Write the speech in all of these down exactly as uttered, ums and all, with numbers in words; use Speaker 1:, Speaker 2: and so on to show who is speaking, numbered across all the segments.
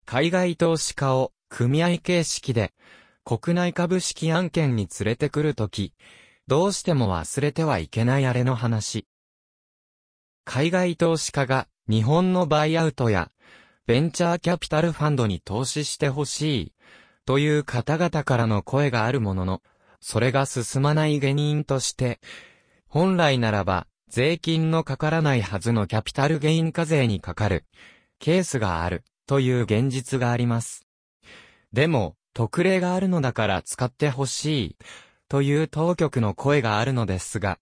Speaker 1: 海外投資家を組合形式で国内株式案件に連れてくるとき、どうしても忘れてはいけないあれの話。海外投資家が日本のバイアウトやベンチャーキャピタルファンドに投資してほしいという方々からの声があるものの、それが進まない原因として、本来ならば税金のかからないはずのキャピタルゲイン課税にかかるケースがあるという現実があります。でも、特例があるのだから使ってほしいという当局の声があるのですが、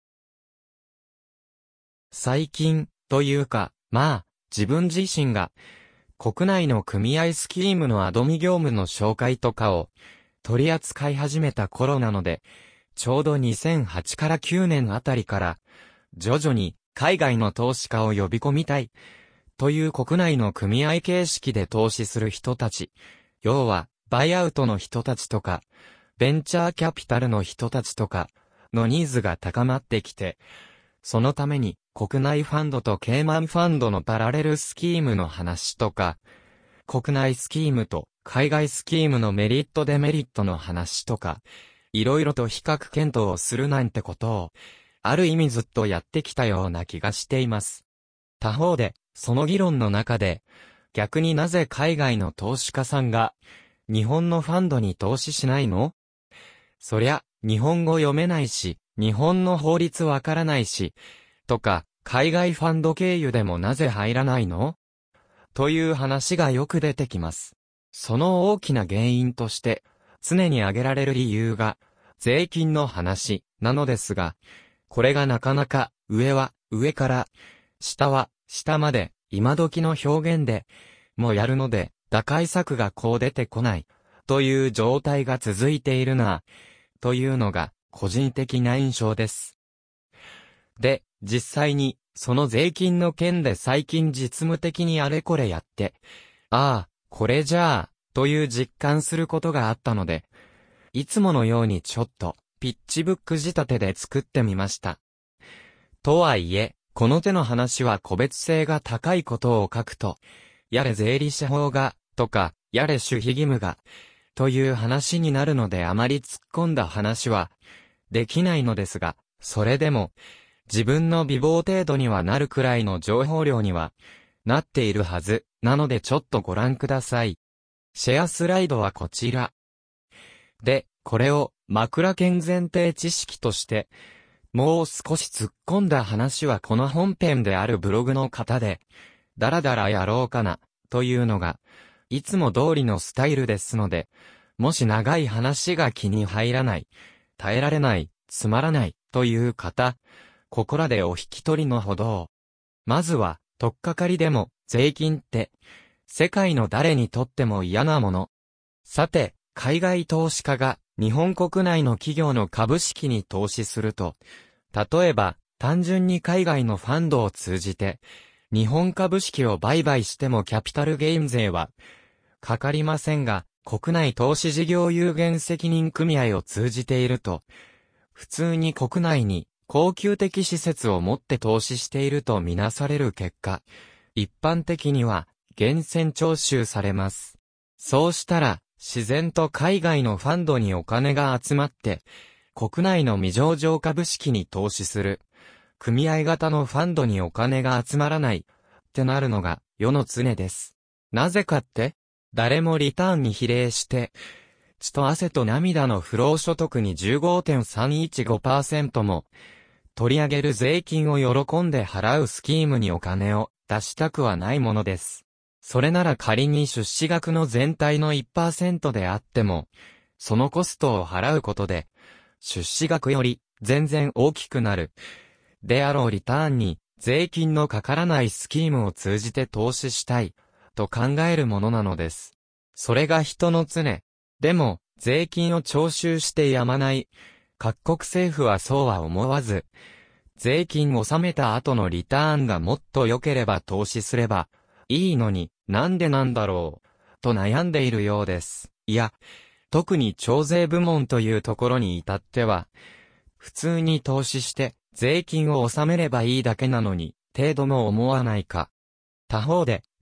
Speaker 1: 最近というか、まあ、自分自身が国内の組合スキームのアドミ業務の紹介とかを取り扱い始めた頃なので、ちょうどにせんはちからきゅうねんあたりから徐々に海外の投資家を呼び込みたいという国内の組合形式で投資する人たち、要はバイアウトの人たちとか、ベンチャーキャピタルの人たちとかのニーズが高まってきて、そのために国内ファンドとケイマンファンドのパラレルスキームの話とか、国内スキームと海外スキームのメリットデメリットの話とか、いろいろと比較検討をするなんてことを、ある意味ずっとやってきたような気がしています。他方で、その議論の中で、逆になぜ海外の投資家さんが、日本のファンドに投資しないの？そりゃ、日本語読めないし、日本の法律わからないし、とか、海外ファンド経由でもなぜ入らないの？という話がよく出てきます。その大きな原因として、常に挙げられる理由が、税金の話、なのですが、これがなかなか、上は、上から、下は、下まで、今時の表現で、もやるので、打開策がこう出てこない、という状態が続いているな、というのが、個人的な印象です。で、実際に、その税金の件で最近実務的にあれこれやって、ああ、これじゃあ、という実感することがあったので、いつものようにちょっと、ピッチブック仕立てで作ってみました。とはいえ、この手の話は個別性が高いことを書くと、やれ税理士法が、とか、やれ守秘義務が、という話になるのであまり突っ込んだ話は、できないのですが、それでも、自分の美貌程度にはなるくらいの情報量には、なっているはず、なのでちょっとご覧ください。シェアスライドはこちら。で、これを枕剣前提知識として、もう少し突っ込んだ話はこの本編であるブログの方で、だらだらやろうかな、というのが、いつも通りのスタイルですので、もし長い話が気に入らない、耐えられない、つまらない、という方、ここらでお引き取りのほどを。まずは、とっかかりでも、税金って、世界の誰にとっても嫌なもの。さて、海外投資家が日本国内の企業の株式に投資すると、例えば、単純に海外のファンドを通じて、日本株式を売買してもキャピタルゲイン税は、かかりませんが、国内投資事業有限責任組合を通じていると、普通に国内に恒久的施設を持って投資しているとみなされる結果、一般的には、源泉徴収されます。そうしたら、自然と海外のファンドにお金が集まって、国内の未上場株式に投資する。組合型のファンドにお金が集まらない。ってなるのが世の常です。なぜかって、誰もリターンに比例して、血と汗と涙の不労所得に じゅうごてんさんいちごパーセント も取り上げる税金を喜んで払うスキームにお金を出したくはないものです。それなら仮に出資額の全体の いちパーセント であっても、そのコストを払うことで、出資額より全然大きくなる。であろうリターンに税金のかからないスキームを通じて投資したいと考えるものなのです。それが人の常。でも、税金を徴収してやまない。各国政府はそうは思わず、税金を納めた後のリターンがもっと良ければ投資すればいいのに、なんでなんだろう、と悩んでいるようです。いや、特に徴税部門というところに至っては、普通に投資して税金を納めればいいだけなのに、程度も思わないか。他方で、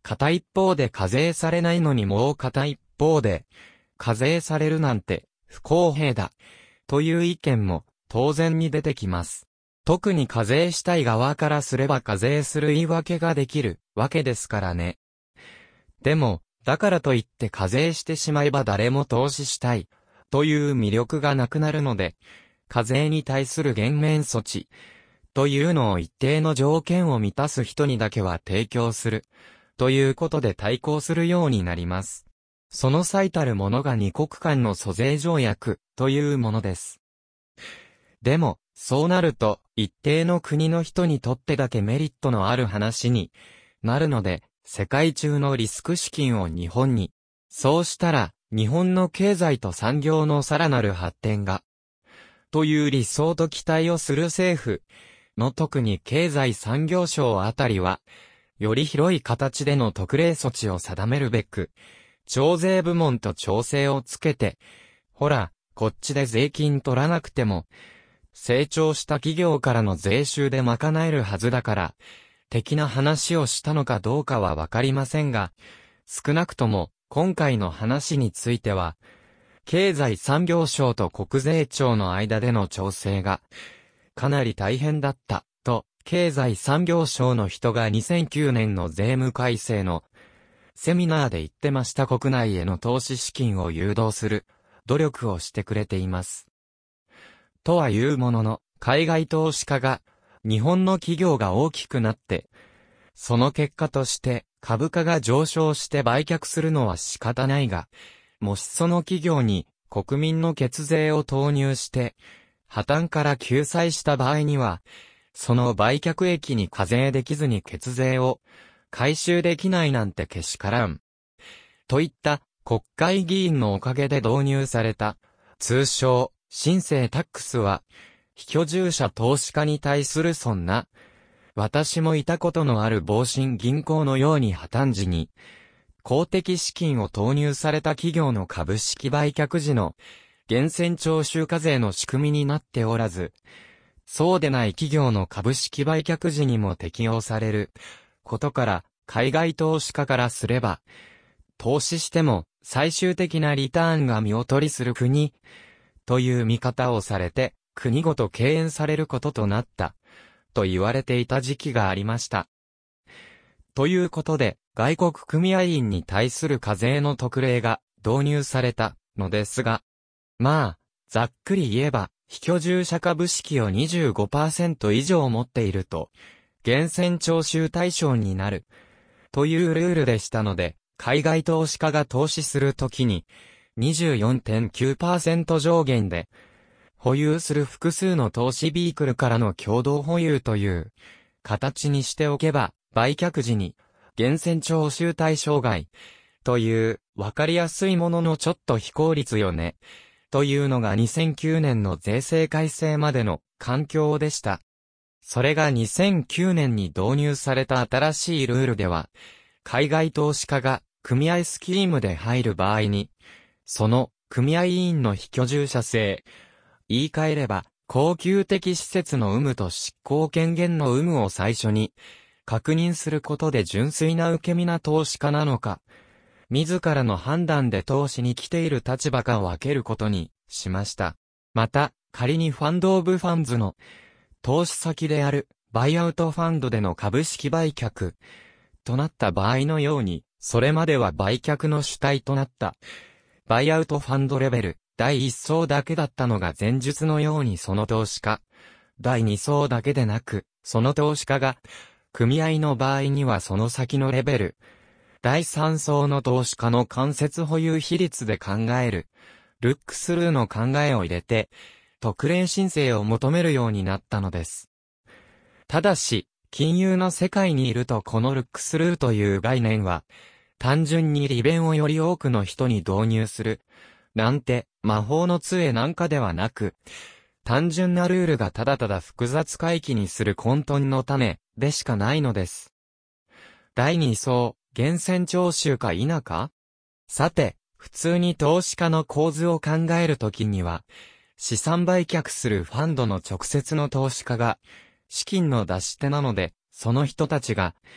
Speaker 1: 片一方で課税されないのにもう片一方で課税されるなんて不公平だという意見も当然に出てきます。特に課税したい側からすれば課税する言い訳ができるわけですからね。でも、だからといって課税してしまえば誰も投資したいという魅力がなくなるので、課税に対する減免措置というのを一定の条件を満たす人にだけは提供するということで対抗するようになります。その最たるものが二国間の租税条約というものです。でも、そうなると、一定の国の人にとってだけメリットのある話になるので、世界中のリスク資金を日本に。そうしたら、日本の経済と産業のさらなる発展が、という理想と期待をする政府の特に経済産業省あたりは、より広い形での特例措置を定めるべく、徴税部門と調整をつけて、ほら、こっちで税金取らなくても、成長した企業からの税収で賄えるはずだから、的な話をしたのかどうかはわかりませんが、少なくとも今回の話については、経済産業省と国税庁の間での調整がかなり大変だったと、経済産業省の人がにせんきゅうねんの税務改正のセミナーで言ってました。国内への投資資金を誘導する努力をしてくれています。とはいうものの、海外投資家が日本の企業が大きくなって、その結果として株価が上昇して売却するのは仕方ないが、もしその企業に国民の血税を投入して、破綻から救済した場合には、その売却益に課税できずに血税を回収できないなんてけしからん。といった国会議員のおかげで導入された、通称、新生タックスは、非居住者投資家に対するそんな、私もいたことのある防震銀行のように破綻時に、公的資金を投入された企業の株式売却時の、源泉徴収課税の仕組みになっておらず、そうでない企業の株式売却時にも適用されることから、海外投資家からすれば、投資しても最終的なリターンが見劣りする国という見方をされて、国ごと敬遠されることとなったと言われていた時期がありました。ということで、外国組合員に対する課税の特例が導入されたのですが、まあ、ざっくり言えば、非居住者株式を にじゅうごパーセント 以上持っていると、源泉徴収対象になる、というルールでしたので、海外投資家が投資するときに、にじゅうよんてんきゅうパーセント 上限で、保有する複数の投資ビークルからの共同保有という、形にしておけば、売却時に、源泉徴収対象外、という、わかりやすいもののちょっと非効率よね。というのがにせんきゅうねんの税制改正までの環境でした。それがにせんきゅうねんに導入された新しいルールでは、海外投資家が組合スキームで入る場合に、その組合員の非居住者性、言い換えれば、恒久的施設の有無と執行権限の有無を最初に確認することで純粋な受け身な投資家なのか、自らの判断で投資に来ている立場かを分けることにしました。また、仮にファンドオブファンズの投資先であるバイアウトファンドでの株式売却となった場合のように、それまでは売却の主体となったバイアウトファンドレベル第一層だけだったのが前述のようにその投資家第二層だけでなく、その投資家が組合の場合にはその先のレベル第三層の投資家の間接保有比率で考える、ルックスルーの考えを入れて、特例申請を求めるようになったのです。ただし、金融の世界にいるとこのルックスルーという概念は、単純に利便をより多くの人に導入する、なんて魔法の杖なんかではなく、単純なルールがただただ複雑回帰にする混沌の種でしかないのです。第二層。源泉徴収か否か？さて、普通に投資家の構図を考えるときには、資産売却するファンドの直接の投資家が、資金の出し手なので、その人たちが、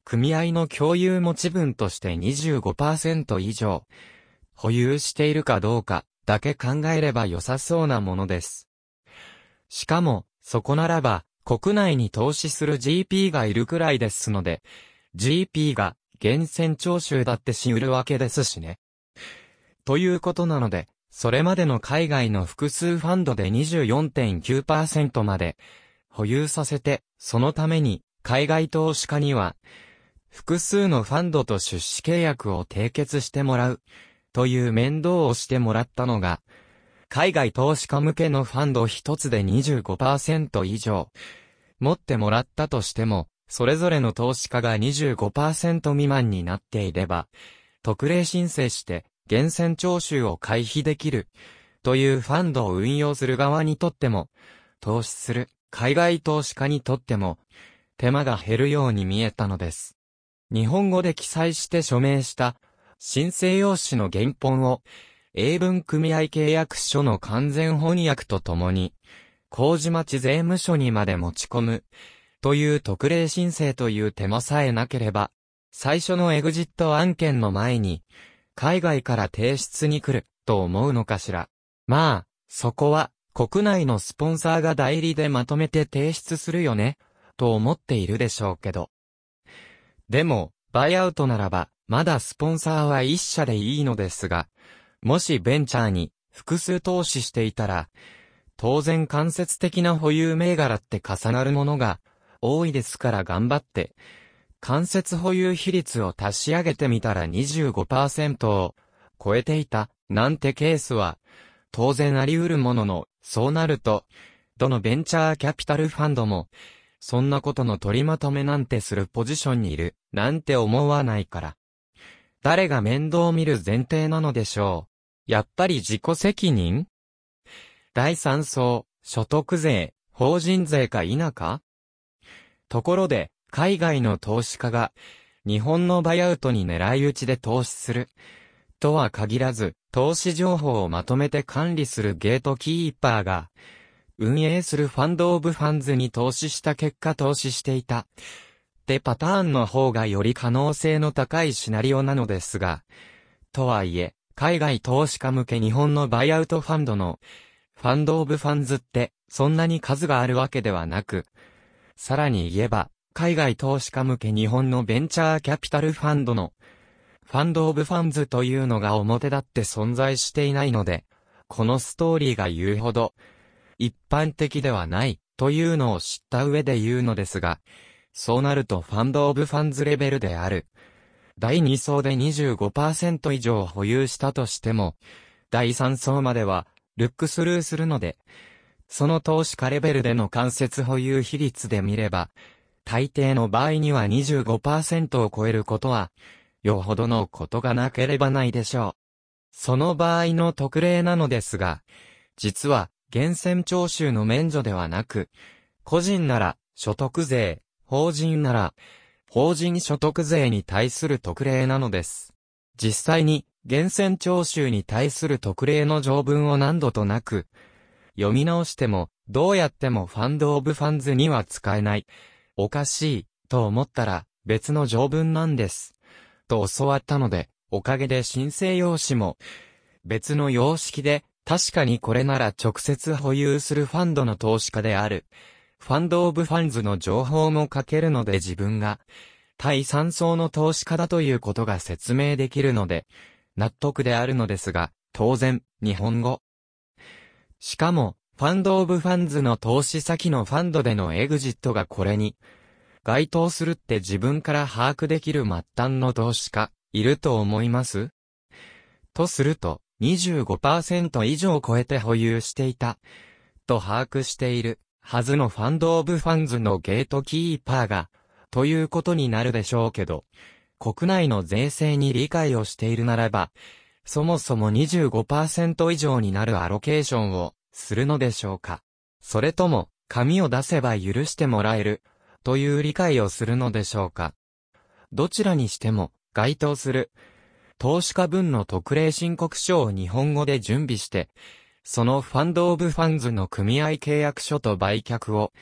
Speaker 1: 組合の共有持ち分として にじゅうごパーセント 以上、保有しているかどうかだけ考えれば良さそうなものです。しかも、そこならば、国内に投資する ジーピー がいるくらいですので、ジーピー が源泉徴収だってし得るわけですしね。ということなので、それまでの海外の複数ファンドで にじゅうよんてんきゅうパーセント まで保有させて、そのために海外投資家には複数のファンドと出資契約を締結してもらうという面倒をしてもらったのが、海外投資家向けのファンド一つで にじゅうごパーセント 以上持ってもらったとしても、それぞれの投資家が にじゅうごパーセント 未満になっていれば、特例申請して源泉徴収を回避できるというファンドを運用する側にとっても、投資する海外投資家にとっても手間が減るように見えたのです。日本語で記載して署名した申請用紙の原本を英文組合契約書の完全翻訳とともに麹町税務署にまで持ち込むという特例申請という手間さえなければ、最初のエグジット案件の前に海外から提出に来ると思うのかしら。まあ、そこは国内のスポンサーが代理でまとめて提出するよねと思っているでしょうけど。でも、バイアウトならば、まだスポンサーは一社でいいのですが、もしベンチャーに複数投資していたら、当然間接的な保有銘柄って重なるものが多いですから頑張って、間接保有比率を足し上げてみたら にじゅうごパーセント を超えていたなんてケースは当然あり得るものの、そうなると、どのベンチャーキャピタルファンドも、そんなことの取りまとめなんてするポジションにいる、なんて思わないから。誰が面倒を見る前提なのでしょう。やっぱり自己責任？だいさん層、所得税、法人税か否か？ところで、海外の投資家が、日本のバイアウトに狙い撃ちで投資する、とは限らず、投資情報をまとめて管理するゲートキーパーが、運営するファンドオブファンズに投資した結果投資していた。ってパターンの方がより可能性の高いシナリオなのですが、とはいえ、海外投資家向け日本のバイアウトファンドの、ファンドオブファンズって、そんなに数があるわけではなく、さらに言えば、海外投資家向け日本のベンチャーキャピタルファンドの、ファンドオブファンズというのが表立って存在していないので、このストーリーが言うほど、一般的ではないというのを知った上で言うのですが、そうなるとファンドオブファンズレベルである。だいに層で にじゅうごパーセント 以上保有したとしても、だいさん層まではルックスルーするので、その投資家レベルでの間接保有比率で見れば、大抵の場合には にじゅうごパーセント を超えることは、よほどのことがなければないでしょう。その場合の特例なのですが、実は、源泉徴収の免除ではなく、個人なら所得税、法人なら法人所得税に対する特例なのです。実際に源泉徴収に対する特例の条文を何度となく読み直してもどうやってもファンドオブファンズには使えない。おかしいと思ったら別の条文なんです。と教わったので、おかげで申請用紙も別の様式で確かにこれなら直接保有するファンドの投資家である。ファンドオブファンズの情報も書けるので自分が第三層の投資家だということが説明できるので納得であるのですが、当然日本語。しかもファンドオブファンズの投資先のファンドでのエグジットがこれに該当するって自分から把握できる末端の投資家いると思います？とすると にじゅうごパーセント 以上超えて保有していたと把握しているはずのファンドオブファンズのゲートキーパーがということになるでしょうけど、国内の税制に理解をしているならば、そもそも にじゅうごパーセント 以上になるアロケーションをするのでしょうか。それとも紙を出せば許してもらえるという理解をするのでしょうか。どちらにしても該当する投資家分の特例申告書を日本語で準備して、そのファンドオブファンズの組合契約書と売却を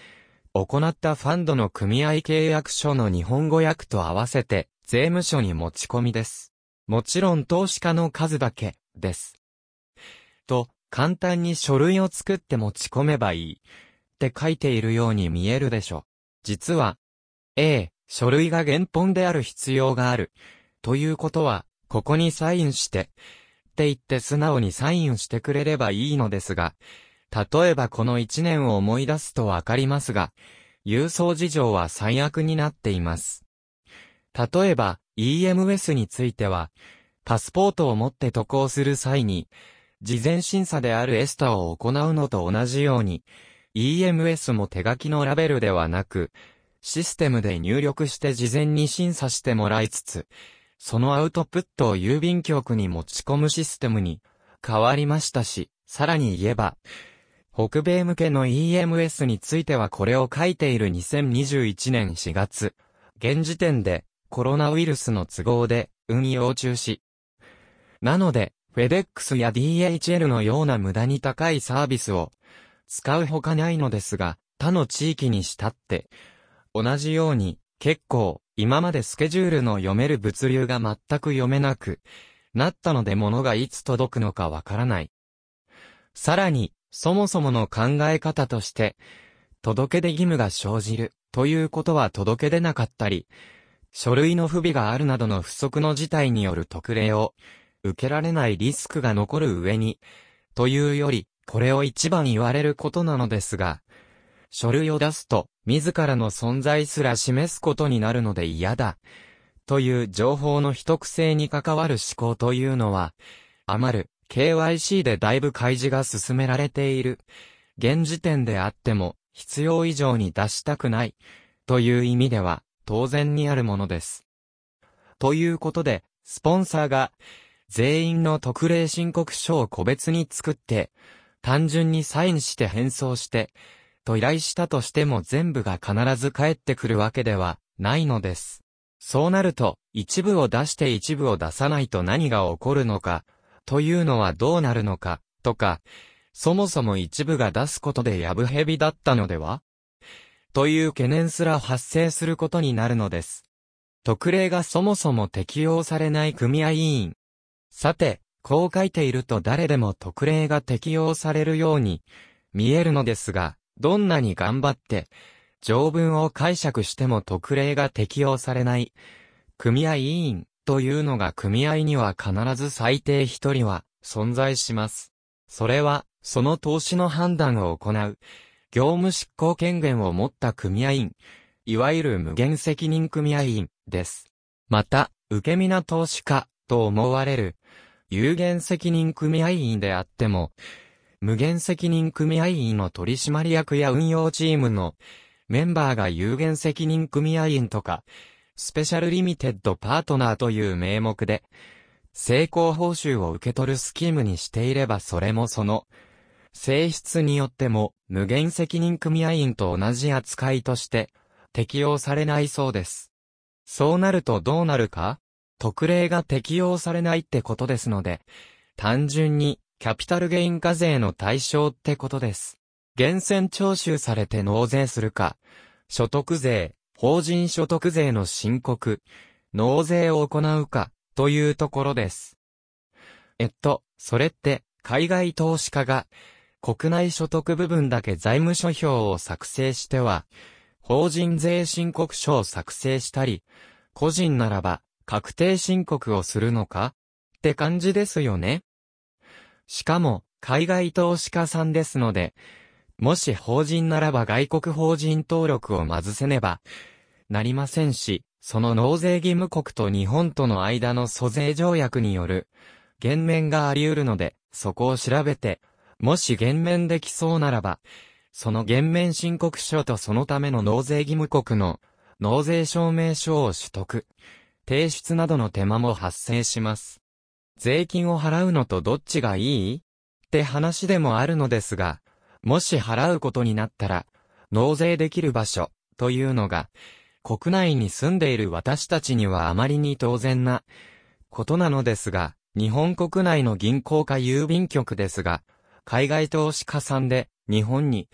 Speaker 1: 行ったファンドの組合契約書の日本語訳と合わせて、税務署に持ち込みです。もちろん投資家の数だけ、です。と、簡単に書類を作って持ち込めばいい。って書いているように見えるでしょ。実は、A、書類が原本である必要がある。ということは、ここにサインして、って言って素直にサインしてくれればいいのですが、例えばこのいちねんを思い出すとわかりますが、郵送事情は最悪になっています。例えば、イーエムエス については、パスポートを持って渡航する際に、事前審査であるエスタを行うのと同じように、イーエムエス も手書きのラベルではなく、システムで入力して事前に審査してもらいつつ、そのアウトプットを郵便局に持ち込むシステムに変わりましたし、さらに言えば、北米向けの イーエムエス についてはこれを書いているにせんにじゅういちねんしがつ、現時点でコロナウイルスの都合で運用中止。なので、フェデックスや ディーエイチエル のような無駄に高いサービスを使うほかないのですが、他の地域にしたって、同じように結構今までスケジュールの読める物流が全く読めなくなったので物がいつ届くのかわからない。さらに、そもそもの考え方として、届け出義務が生じるということは届け出なかったり、書類の不備があるなどの不測の事態による特例を受けられないリスクが残る上に、というより、これを一番言われることなのですが、書類を出すと、自らの存在すら示すことになるので嫌だ。という情報の秘匿性に関わる思考というのは、余る ケーワイシー でだいぶ開示が進められている。現時点であっても、必要以上に出したくない。という意味では、当然にあるものです。ということで、スポンサーが、全員の特例申告書を個別に作って、単純にサインして返送して、と依頼したとしても全部が必ず返ってくるわけではないのです。そうなると、一部を出して一部を出さないと何が起こるのか、というのはどうなるのか、とか、そもそも一部が出すことでやぶへびだったのではという懸念すら発生することになるのです。特例がそもそも適用されない組合委員。さて、こう書いていると誰でも特例が適用されるように見えるのですが、どんなに頑張って条文を解釈しても特例が適用されない組合委員というのが組合には必ず最低一人は存在します。それはその投資の判断を行う業務執行権限を持った組合員、いわゆる無限責任組合員です。また、受け身な投資家と思われる有限責任組合員であっても、無限責任組合員の取締役や運用チームのメンバーが有限責任組合員とか、スペシャルリミテッドパートナーという名目で、成功報酬を受け取るスキームにしていればそれもその性質によっても無限責任組合員と同じ扱いとして適用されないそうです。そうなるとどうなるか？特例が適用されないってことですので、単純にキャピタルゲイン課税の対象ってことです。源泉徴収されて納税するか、所得税、法人所得税の申告、納税を行うか、というところです。えっと、それって、海外投資家が、国内所得部分だけ財務諸表を作成しては、法人税申告書を作成したり、個人ならば、確定申告をするのかって感じですよね。しかも、海外投資家さんですので、もし法人ならば外国法人登録をまずせねばなりませんし、その納税義務国と日本との間の租税条約による減免があり得るので、そこを調べて、もし減免できそうならば、その減免申告書とそのための納税義務国の納税証明書を取得、提出などの手間も発生します。税金を払うのとどっちがいい？って話でもあるのですが、もし払うことになったら、納税できる場所というのが、国内に住んでいる私たちにはあまりに当然なことなのですが、日本国内の銀行か郵便局ですが、海外投資家さんで日本に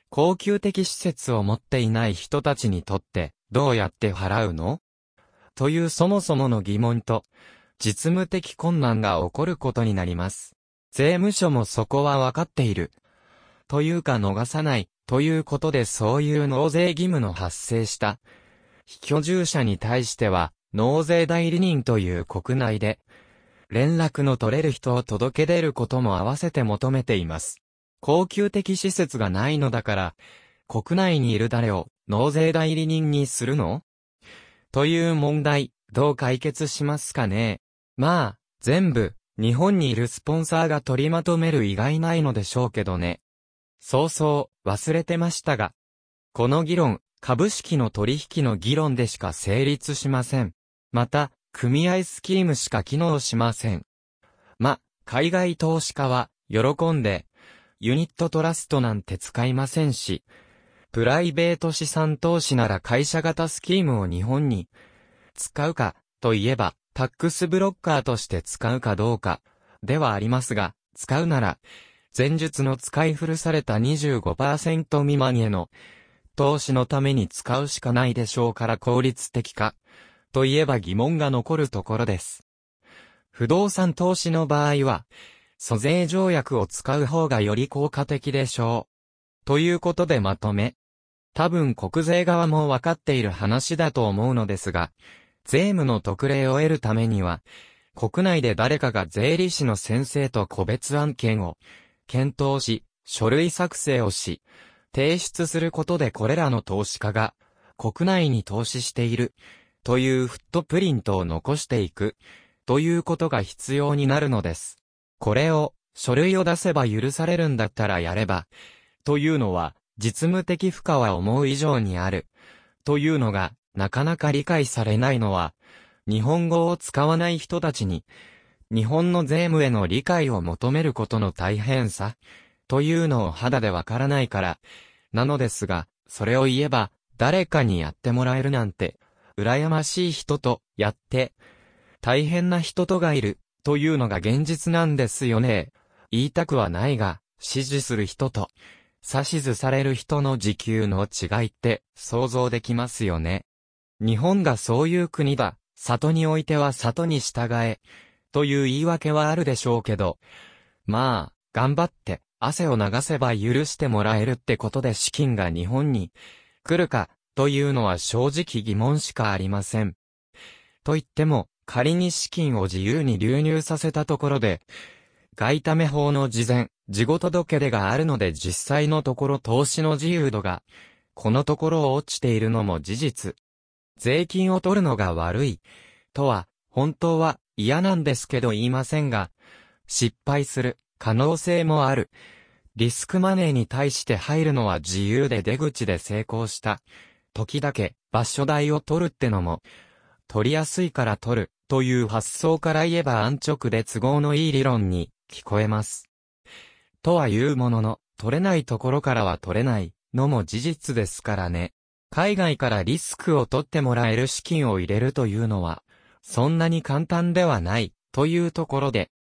Speaker 1: 高級的施設を持っていない人たちにとって、どうやって払うの？というそもそもの疑問と、実務的困難が起こることになります。税務署もそこはわかっている。というか逃さない、ということでそういう納税義務の発生した。非居住者に対しては、納税代理人という国内で、連絡の取れる人を届け出ることも合わせて求めています。高級的施設がないのだから、国内にいる誰を納税代理人にするの？という問題、どう解決しますかね。まあ、全部、日本にいるスポンサーが取りまとめる以外ないのでしょうけどね。そうそう、忘れてましたが。この議論、株式の取引の議論でしか成立しません。また、組合スキームしか機能しません。ま、海外投資家は、喜んで、ユニットトラストなんて使いませんし、プライベート資産投資なら会社型スキームを日本に使うか、といえば、タックスブロッカーとして使うかどうか、ではありますが、使うなら、前述の使い古された にじゅうごパーセント 未満への投資のために使うしかないでしょうから効率的か、といえば疑問が残るところです。不動産投資の場合は、租税条約を使う方がより効果的でしょう。ということでまとめ。多分国税側も分かっている話だと思うのですが、税務の特例を得るためには、国内で誰かが税理士の先生と個別案件を検討し、書類作成をし、提出することでこれらの投資家が国内に投資しているというフットプリントを残していくということが必要になるのです。これを書類を出せば許されるんだったらやればというのは実務的負荷は思う以上にあるというのがなかなか理解されないのは日本語を使わない人たちに日本の税務への理解を求めることの大変さというのを肌でわからないからなのですが、それを言えば誰かにやってもらえるなんて羨ましい人とやって大変な人とがいるというのが現実なんですよね。言いたくはないが指示する人と指図される人の時給の違いって想像できますよね。日本がそういう国だ。里においては里に従え。という言い訳はあるでしょうけど。まあ、頑張って汗を流せば許してもらえるってことで資金が日本に来るかというのは正直疑問しかありません。と言っても、仮に資金を自由に流入させたところで、外為法の事前、事後届出があるので実際のところ投資の自由度が、このところ落ちているのも事実。税金を取るのが悪い、とは、本当は嫌なんですけど言いませんが、失敗する可能性もある。リスクマネーに対して入るのは自由で出口で成功した。時だけ場所代を取るってのも、取りやすいから取る、という発想から言えば安直で都合のいい理論に聞こえます。とは言うものの、取れないところからは取れないのも事実ですからね。海外からリスクを取ってもらえる資金を入れるというのは、そんなに簡単ではない、というところで、